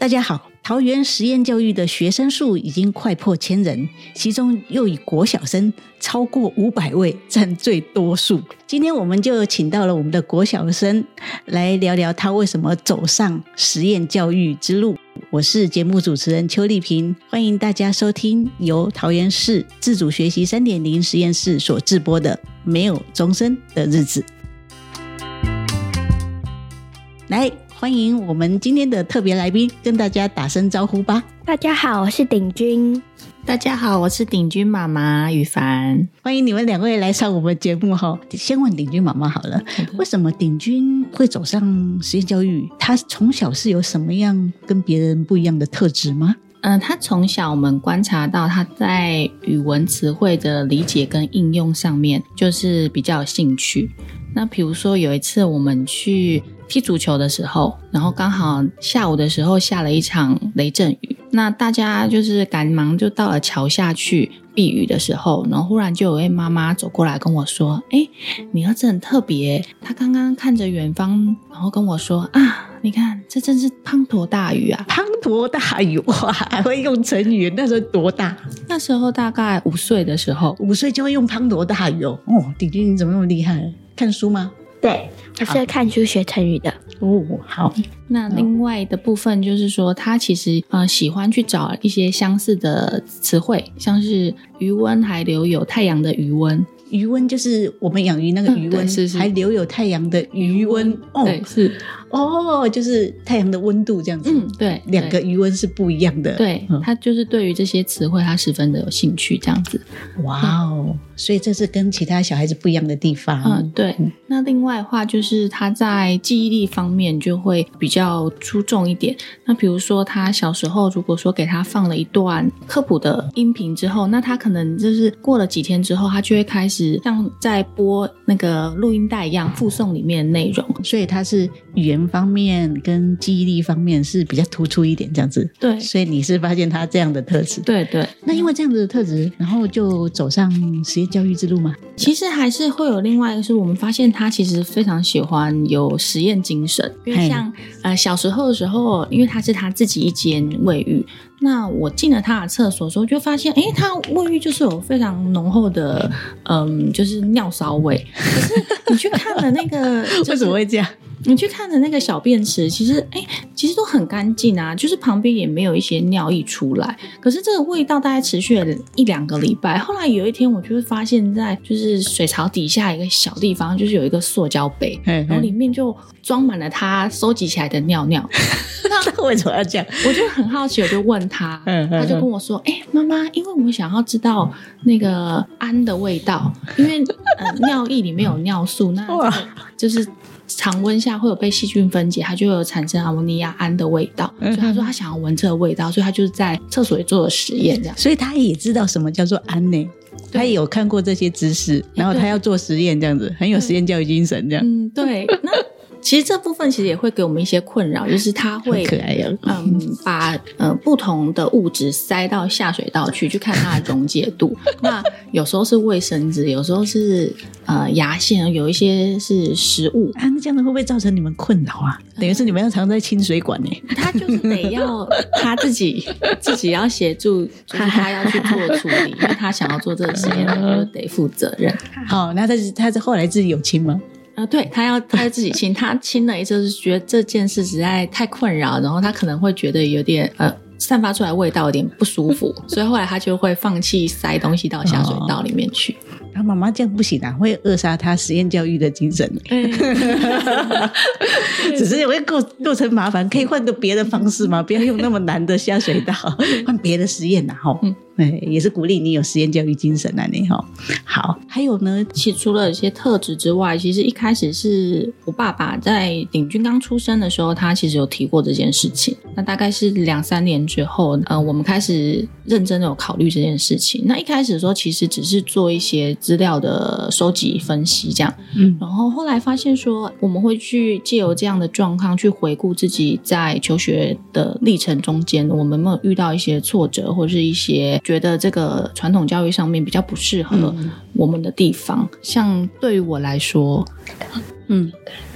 大家好，桃园实验教育的学生数已经快破1000人，其中又以国小生超过500位占最多数。今天我们就请到了我们的国小生来聊聊他为什么走上实验教育之路。我是节目主持人邱丽萍，欢迎大家收听由桃园市自主学习 3.0 实验室所制播的没有钟声的日子。来，欢迎我们今天的特别来宾，跟大家打声招呼吧。 大家好，我是鼎君。 大家好，我是鼎君妈妈雨凡。 欢迎你们两位来上我们节目。先问鼎君妈妈好了，为什么鼎君会走上实验教育？他从小是有什么样跟别人不一样的特质吗？ 他从小我们观察到他在语文词汇的理解跟应用上面就是比较有兴趣。那比如说有一次我们去踢足球的时候，然后刚好下午的时候下了一场雷阵雨，那大家就是赶忙就到了桥下去避雨的时候，然后忽然就有位妈妈走过来跟我说，你儿子很特别，他刚刚看着远方，然后跟我说啊，你看这真是滂沱大雨啊。 滂沱大雨，哇，还会用成语。那时候多大？ 那时候大概5岁的时候。 5岁就会用滂沱大雨哦。鼎君你怎么那么厉害？看书吗？ 对，我是看书学成语的。 好。 那另外的部分就是说，他其实喜欢去找一些相似的词汇，像是余温还留有太阳的余温。 余温就是我们养鱼那个余温， 是还留有太阳的余温。 对，是就是太阳的温度这样子。 对， 两个余温是不一样的。 对，他就是对于这些词汇他十分的有兴趣这样子。 哇哦，所以这是跟其他小孩子不一样的地方。 对。那另外的话就是他在记忆力方面就会比较出众一点。那比如说他小时候如果说给他放了一段科普的音频之后，那他可能就是过了几天之后，他就会开始像在播那个录音带一样附送里面的内容。 所以他是语言方面跟记忆力方面是比较突出一点这样子。 对， 所以你是发现他这样的特质。 对对。 那因为这样子的特质，然后就走上实验教育之路吗？ 其实还是会有另外一个，是我们发现他其实非常喜欢有实验精神。因为像小时候的时候，因为他是他自己一间卫浴，那我进了他的厕所的时候就发现他卫浴就是有非常浓厚的就是尿骚味。可是你去看了那个为什么会这样？ 你去看的那个小便池，其实都很干净啊，就是旁边也没有一些尿液出来。可是这个味道大概持续了1-2个礼拜。后来有一天，我就会发现，在就是水槽底下一个小地方，就是有一个塑胶杯，然后里面就装满了他收集起来的尿尿。 那为什么要这样？ 我就很好奇，我就问他，他就跟我说：“妈妈，因为我想要知道那个氨的味道，因为尿液里面有尿素，那就是。”常温下会有被细菌分解，它就会有产生阿摩尼亚胺的味道。所以他说他想要闻这个味道，所以他就是在厕所里做了实验这样。 所以他也知道什么叫做胺呢？他也有看过这些知识，然后他要做实验这样子，很有实验教育精神这样。 对。那其实这部分其实也会给我们一些困扰，就是他会可爱把不同的物质塞到下水道去看它的溶解度。那有时候是卫生纸，有时候是牙线，有一些是食物。 那这样的会不会造成你们困扰啊？等于是你们要常在清水管呢。 他就是得要他自己要协助，就是他要去做处理，因为他想要做这个实验，他就得负责任。 好，那他后来自己有清吗？ 对，他要自己清。他清了一次，就是觉得这件事实在太困扰，然后他可能会觉得有点散发出来的味道有点不舒服，所以后来他就会放弃塞东西到下水道里面去。 然后妈妈这样不行啊，会扼杀他实验教育的精神。只是会构成麻烦，可以换个别的方式吗？不要用那么难的下水道，换别的实验啊。也是鼓励你有实验教育精神啊。你好，还有呢， 其实除了一些特质之外，其实一开始是我爸爸在鼎君刚出生的时候，他其实有提过这件事情。那大概是2-3年之后，我们开始认真的有考虑这件事情。那一开始的时候，其实只是做一些资料的收集分析这样，然后后来发现说，我们会去借由这样的状况去回顾自己在求学的历程中间，我们有没有遇到一些挫折，或是一些觉得这个传统教育上面比较不适合我们的地方。像对于我来说，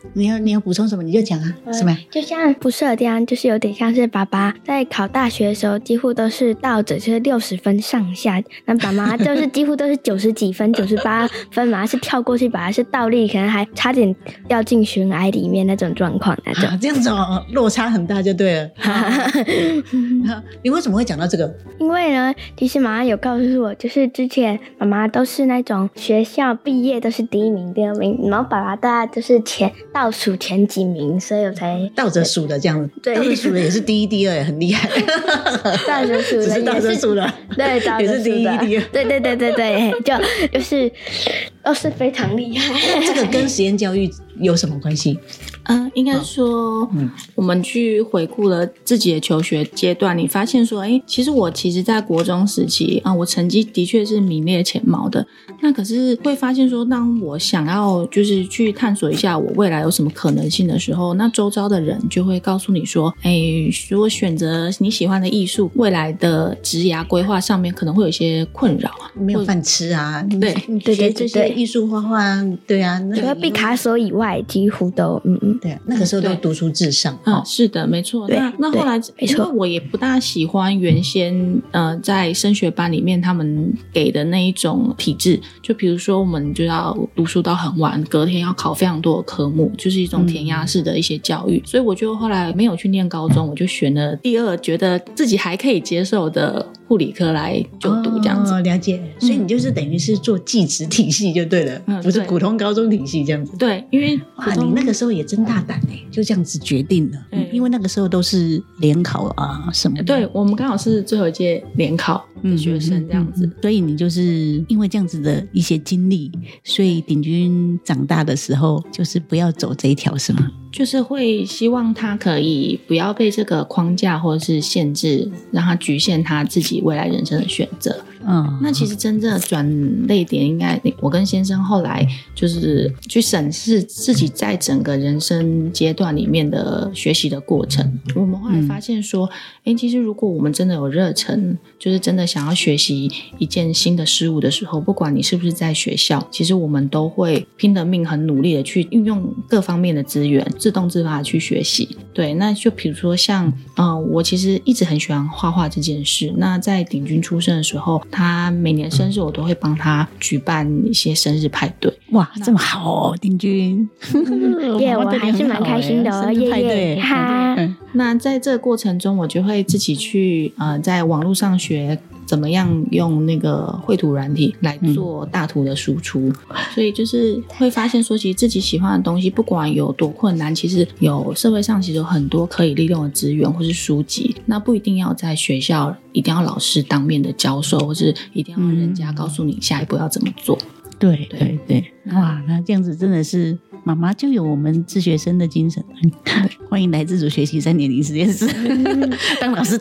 你要补充什么你就讲啊，什么？ 就像不是的地方，就是有点像是爸爸在考大学的时候，几乎都是倒着，就是60分上下，那爸妈就是几乎都是90几分、98分嘛，是跳过去，把它是倒立，可能还差点掉进悬崖里面那种状况那种。 这样子落差很大就对了。你为什么会讲到这个？ 因为呢，其实妈妈有告诉我，就是之前妈妈都是那种学校毕业都是第1名、第2名，然后爸爸大概就是倒数前几名，所以我才倒着数的这样子。 对， 倒着数的也是第1、第2，很厉害。 倒着数的只是倒着数的， 对，倒着数的也是第1、第2。 对，就是都是非常厉害。 这个跟实验教育有什么关系？ 应该说，我们去回顾了自己的求学阶段，你发现说，其实在国中时期我成绩的确是名列前茅的。那可是会发现说，当我想要就是去探索一下我未来有什么可能性的时候，那周遭的人就会告诉你说，如果选择你喜欢的艺术，未来的职涯规划上面可能会有一些困扰， 没有饭吃啊。 对， 学这些艺术画画，对啊， 除了毕卡索以外，几乎都对，那个时候都读书至上。 是的，没错。那后来，因为我也不大喜欢原先在升学班里面他们给的那一种体制，就比如说我们就要读书到很晚，隔天要考非常多的科目，就是一种填鸭式的一些教育。所以我就后来没有去念高中，我就选了第2觉得自己还可以接受的护理科来就读这样子。 了解。所以你就是等于是做技职体系就对了，不是普通高中体系这样子。 对，因为你那个时候也真大胆就这样子决定了。因为那个时候都是联考啊什么的。 对，我们刚好是最后一届联考的学生这样子。 所以你就是因为这样子的一些经历，所以鼎鈞长大的时候就是不要走这一条是吗？ 就是会希望他可以不要被这个框架或者是限制，让他局限他自己未来人生的选择。那其实真正的转捩点应该我跟先生后来就是去审视自己在整个人生阶段里面的学习的过程。我们后来发现说其实如果我们真的有热忱，就是真的想要学习一件新的事物的时候，不管你是不是在学校，其实我们都会拼了命很努力的去运用各方面的资源，自动自发的去学习。对，那就比如说像我其实一直很喜欢画画这件事。那在鼎鈞出生的时候，他每年生日我都会帮他举办一些生日派对。 哇，这么好鼎鈞。 我还是蛮开心的生日派对哈。 那在这个过程中，我就会自己去在网络上学怎么样用那个绘图软体来做大图的输出。所以就是会发现说，其实自己喜欢的东西不管有多困难，其实有社会上其实有很多可以利用的资源或是书籍。那不一定要在学校一定要老师当面的教授，或是一定要人家告诉你下一步要怎么做。 对，哇，那这样子真的是妈妈就有我们自学生的精神。欢迎来自主学习3.0实验室。当老师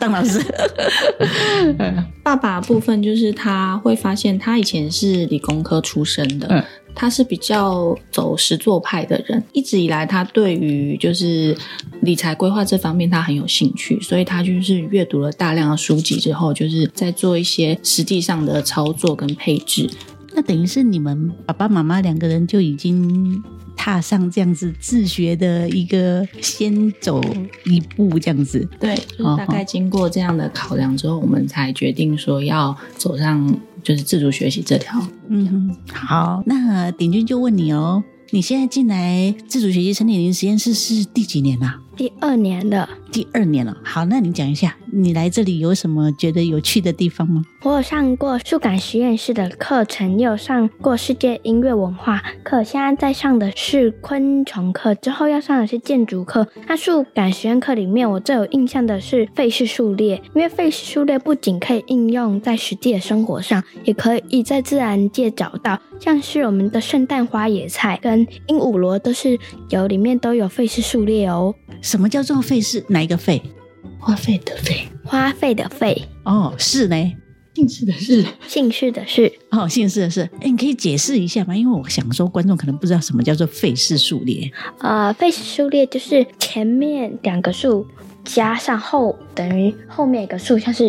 爸爸部分就是他会发现他以前是理工科出身的，他是比较走实作派的人，一直以来他对于就是理财规划这方面他很有兴趣，所以他就是阅读了大量的书籍之后，就是在做一些实际上的操作跟配置。 那等于是你们爸爸妈妈2个人就已经踏上这样子自学的一个先走一步这样子。 对，就是大概经过这样的考量之后，我们才决定说要走上就是自主学习这条。 好，那鼎鈞就问你你现在进来自主学习3.0实验室是第几年啊？ 第2年了。 第2年了。好，那你讲一下你来这里有什么觉得有趣的地方吗？ 我有上过数感实验室的课程，也有上过世界音乐文化课，现在在上的是昆虫课，之后要上的是建筑课。那数感实验课里面我最有印象的是费氏数列，因为费氏数列不仅可以应用在实际的生活上，也可以在自然界找到，像是我们的圣诞花野菜跟鹦鹉螺都是里面都有费氏数列哦。 什么叫做费氏？哪一个费？ 花费的费。 花费的费。 是呢？ 姓氏的氏。 姓氏的氏。 姓氏的氏。你可以解释一下吗？因为我想说观众可能不知道什么叫做费氏数列。 费氏数列就是前面2个数加上等于后面一个数，像是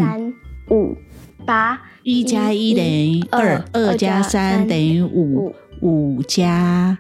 1、1、2、3、5、8。1加1等于2，2加3等于5。 5加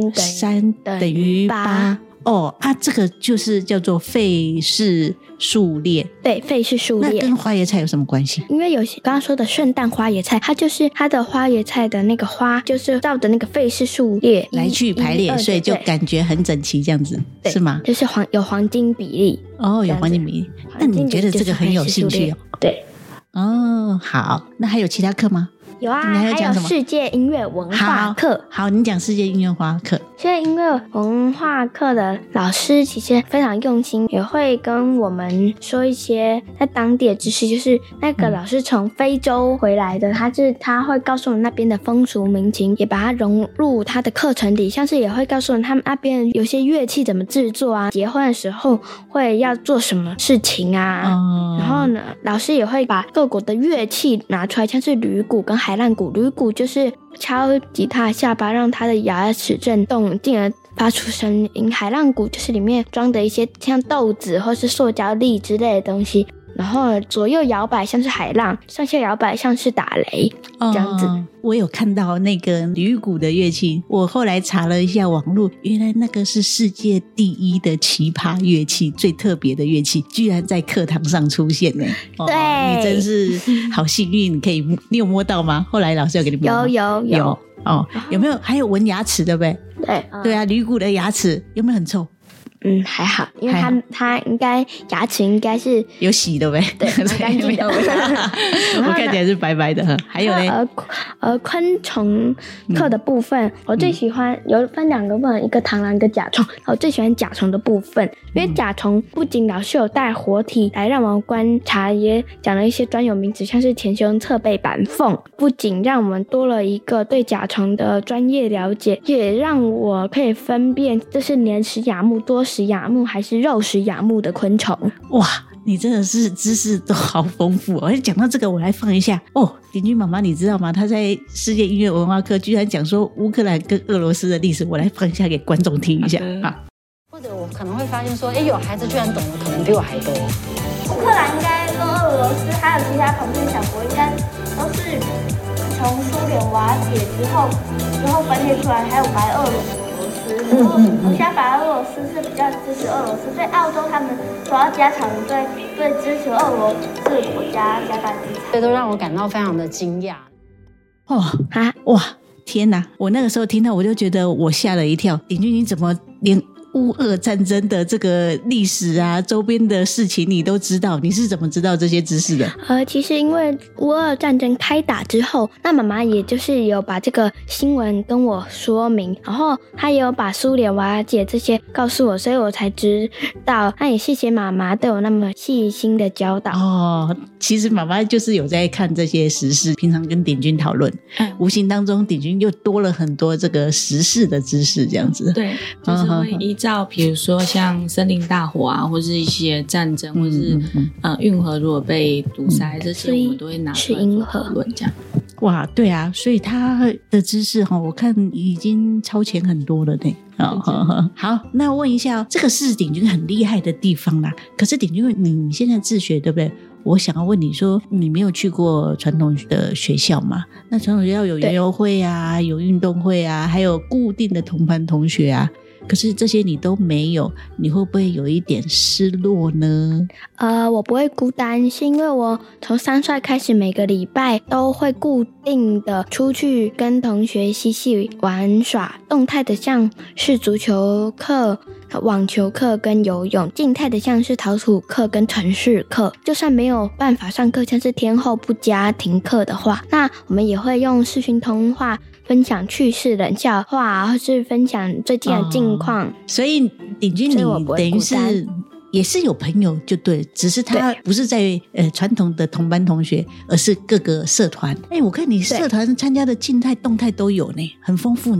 3等于8。这个就是叫做费氏数列。 对，费氏数列。 那跟花椰菜有什么关系？ 因为有些刚刚说的圣诞花椰菜，它就是它的花椰菜的那个花，就是照着那个费氏数列来去排列，所以就感觉很整齐，这样子是吗？ 就是有黄金比例。 有黄金比例。那你觉得这个很有兴趣哦？ 对。 好，那还有其他课吗？ 有啊，还有世界音乐文化课。 好，你讲世界音乐文化课。 世界音乐文化课的老师其实非常用心，也会跟我们说一些在当地的知识。就是那个老师从非洲回来的，他会告诉我们那边的风俗民情，也把它融入他的课程里，像是也会告诉我们他们那边有些乐器怎么制作啊，结婚的时候会要做什么事情啊。然后呢，老师也会把各国的乐器拿出来，像是吕鼓跟海浪鼓。吕鼓就是敲击他的下巴，让他的牙齿震动，进而发出声音。海浪鼓就是里面装的一些像豆子或是塑胶粒之类的东西，然后左右摇摆像是海浪，上下摇摆像是打雷，这样子。 我有看到那个吕鼓的乐器，我后来查了一下网络，原来那个是世界第一的奇葩乐器，最特别的乐器居然在课堂上出现呢。 对， 你真是好幸运，你有摸到吗？后来老师有给你摸吗？ 有有没有？还有闻牙齿对不对？对啊，吕鼓的牙齿有没有很臭？ 还好，因为他应该牙齿应该是有洗的呗， 对，蛮干净的。 我看起来是白白的。还有呢， 昆虫课的部分，我最喜欢有分2个部分，一个螳螂，一个甲虫。我最喜欢甲虫的部分，因为甲虫不仅老师有带活体来让我们观察，也讲了一些专有名词，像是田熊、侧背板凤，不仅让我们多了一个对甲虫的专业了解，也让我可以分辨这是黏食亚目、多食亚目还是肉食亚目的昆虫。 哇，你真的是知识都好丰富哦！讲到这个，我来放一下鼎君妈妈，你知道吗？她在世界音乐文化课居然讲说乌克兰跟俄罗斯的历史，我来放一下给观众听一下。 或者我可能会发现说，有孩子居然懂得可能比我还多。 乌克兰应该跟俄罗斯还有其他旁边小国应该都是从苏联瓦解之后分裂出来，还有白俄罗斯。然后我现在白俄罗斯是比较支持俄罗斯，所以澳洲他们主要加强对支持俄罗斯国家加大制裁， 这都让我感到非常的惊讶。 哇，天哪！我那个时候听到我就觉得我吓了一跳。鼎君，你怎么连乌俄战争的这个历史啊，周边的事情你都知道？你是怎么知道这些知识的？ 其实因为乌俄战争开打之后，那妈妈也就是有把这个新闻跟我说明，然后她也有把苏联瓦解这些告诉我，所以我才知道。那也谢谢妈妈对我那么细心的教导。 其实妈妈就是有在看这些时事，平常跟鼎君讨论，无形当中鼎君又多了很多这个时事的知识，这样子。 对，就是会依照比如说像森林大火啊，或是一些战争，或是运河如果被堵塞，这些我们都会拿出来做讨论这样。 哇，对啊，所以他的知识我看已经超前很多了呢。好，那问一下，这个是鼎君很厉害的地方啦。可是鼎君，你现在自学对不对？我想要问你说，你没有去过传统的学校吗？那传统学校有园游会啊，有运动会啊，还有固定的同班同学啊。可是这些你都没有，你会不会有一点失落呢？ 我不会孤单，是因为我从3岁开始，每个礼拜都会固定的出去跟同学嬉戏玩耍，动态的像是足球课、网球课跟游泳，静态的像是陶土课跟城市课。就算没有办法上课，像是天后不佳停课的话，那我们也会用视讯通话分享趣事冷笑话，或是分享最近的近况。 所以鼎君，你等于是也是有朋友就对，只是他不是在传统的同班同学，而是各个社团。我看你社团参加的静态动态都有呢，很丰富呢。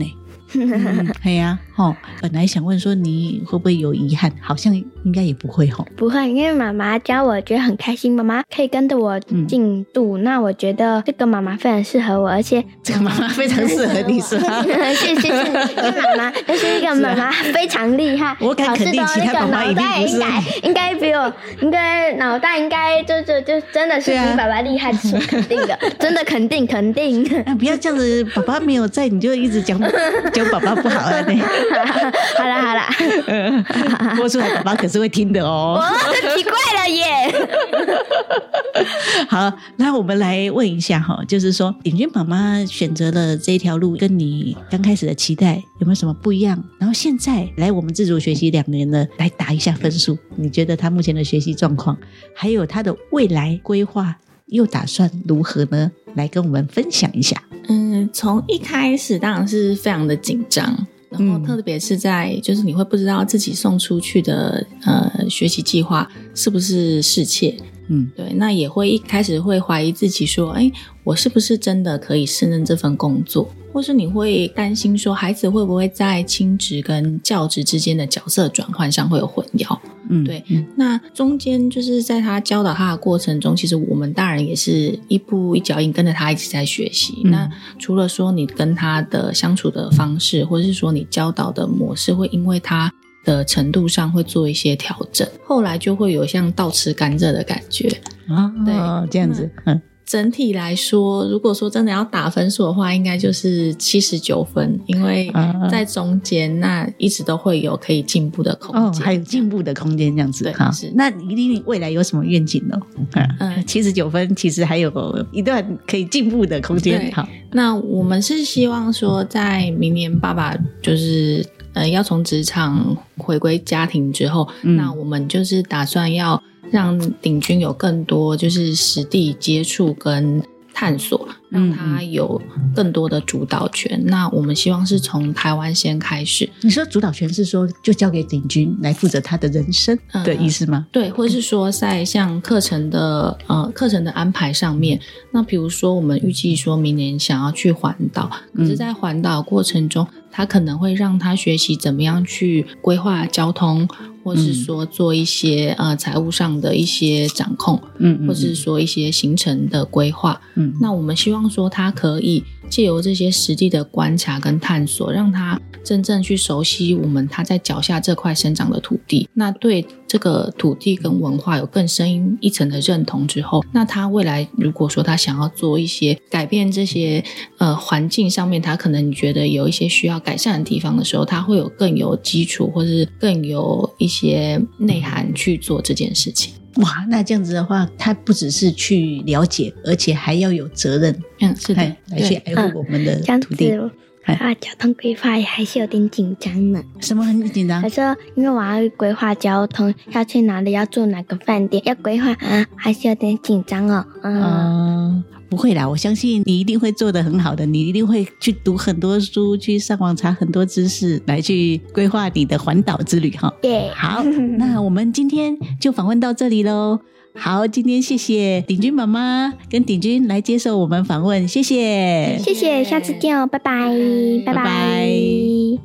对呀，本来想问说你会不会有遗憾，好像应该也不会不会，因为妈妈教我觉得很开心，妈妈可以跟着我进度，那我觉得这个妈妈非常适合我，而且这个妈妈非常适合你是吗？ 是，因为妈妈就是一个妈妈非常厉害， 我敢肯定其他妈妈一定不是， 应该比我脑袋应该就真的是比爸爸厉害，是肯定的，真的肯定。 不要这样子，爸爸没有在你就一直讲爸爸不好啊。 好啦， 播出来爸爸可是会听的哦。 奇怪了耶。 好，那我们来问一下就是说鼎君妈妈选择了这一条路，跟你刚开始的期待有没有什么不一样？然后现在来我们自主学习2年了，来打一下分数，你觉得他目前的学习状况，还有他的未来规划又打算如何呢？来跟我们分享一下。 从一开始当然是非常的紧张，然后特别是在就是你会不知道自己送出去的学习计划是不是适切，对，那也会一开始会怀疑自己说，我是不是真的可以胜任这份工作，或是你会担心说孩子会不会在亲职跟教职之间的角色转换上会有混淆。对，那中间就是在他教导他的过程中，其实我们大人也是一步一脚印跟着他一直在学习。那除了说你跟他的相处的方式，或者是说你教导的模式会因为他的程度上会做一些调整，后来就会有像倒吃甘蔗的感觉。对， 这样子。 整体来说，如果说真的要打分数的话，应该就是79分，因为在中间那一直都会有可以进步的空间， 还有进步的空间这样子。好，那你未来有什么愿景呢？79分其实还有一段可以进步的空间。好， 那我们是希望说，在明年爸爸就是要从职场回归家庭之后，那我们就是打算要让鼎君有更多就是实地接触跟探索，让他有更多的主导权。那我们希望是从台湾先开始。 你说主导权是说就交给鼎君来负责他的人生的意思吗？ 对，或是说在像课程的安排上面，那比如说我们预计说明年想要去环岛，可是在环岛过程中他可能会让他学习怎么样去规划交通，或是说做一些财务上的一些掌控，或是说一些行程的规划。那我们希望说他可以借由这些实地的观察跟探索，让他真正去熟悉他在脚下这块生长的土地，那对这个土地跟文化有更深一层的认同之后，那他未来如果说他想要做一些改变这些环境上面，他可能觉得有一些需要改善的地方的时候，他会有更有基础或是更有一些内涵去做这件事情。 哇，那这样子的话，他不只是去了解，而且还要有责任， 是的， 来去爱护我们的土地。 交通规划还是有点紧张呢。 什么很紧张？ 可是因为我要规划交通，要去哪里，要住哪个饭店，要规划还是有点紧张哦。 不会啦，我相信你一定会做得很好的，你一定会去读很多书，去上网查很多知识，来去规划你的环岛之旅哈。 对， 好，那我们今天就访问到这里咯。好，今天谢谢鼎君妈妈跟鼎君来接受我们访问，谢谢， 下次见哦，拜拜，拜拜。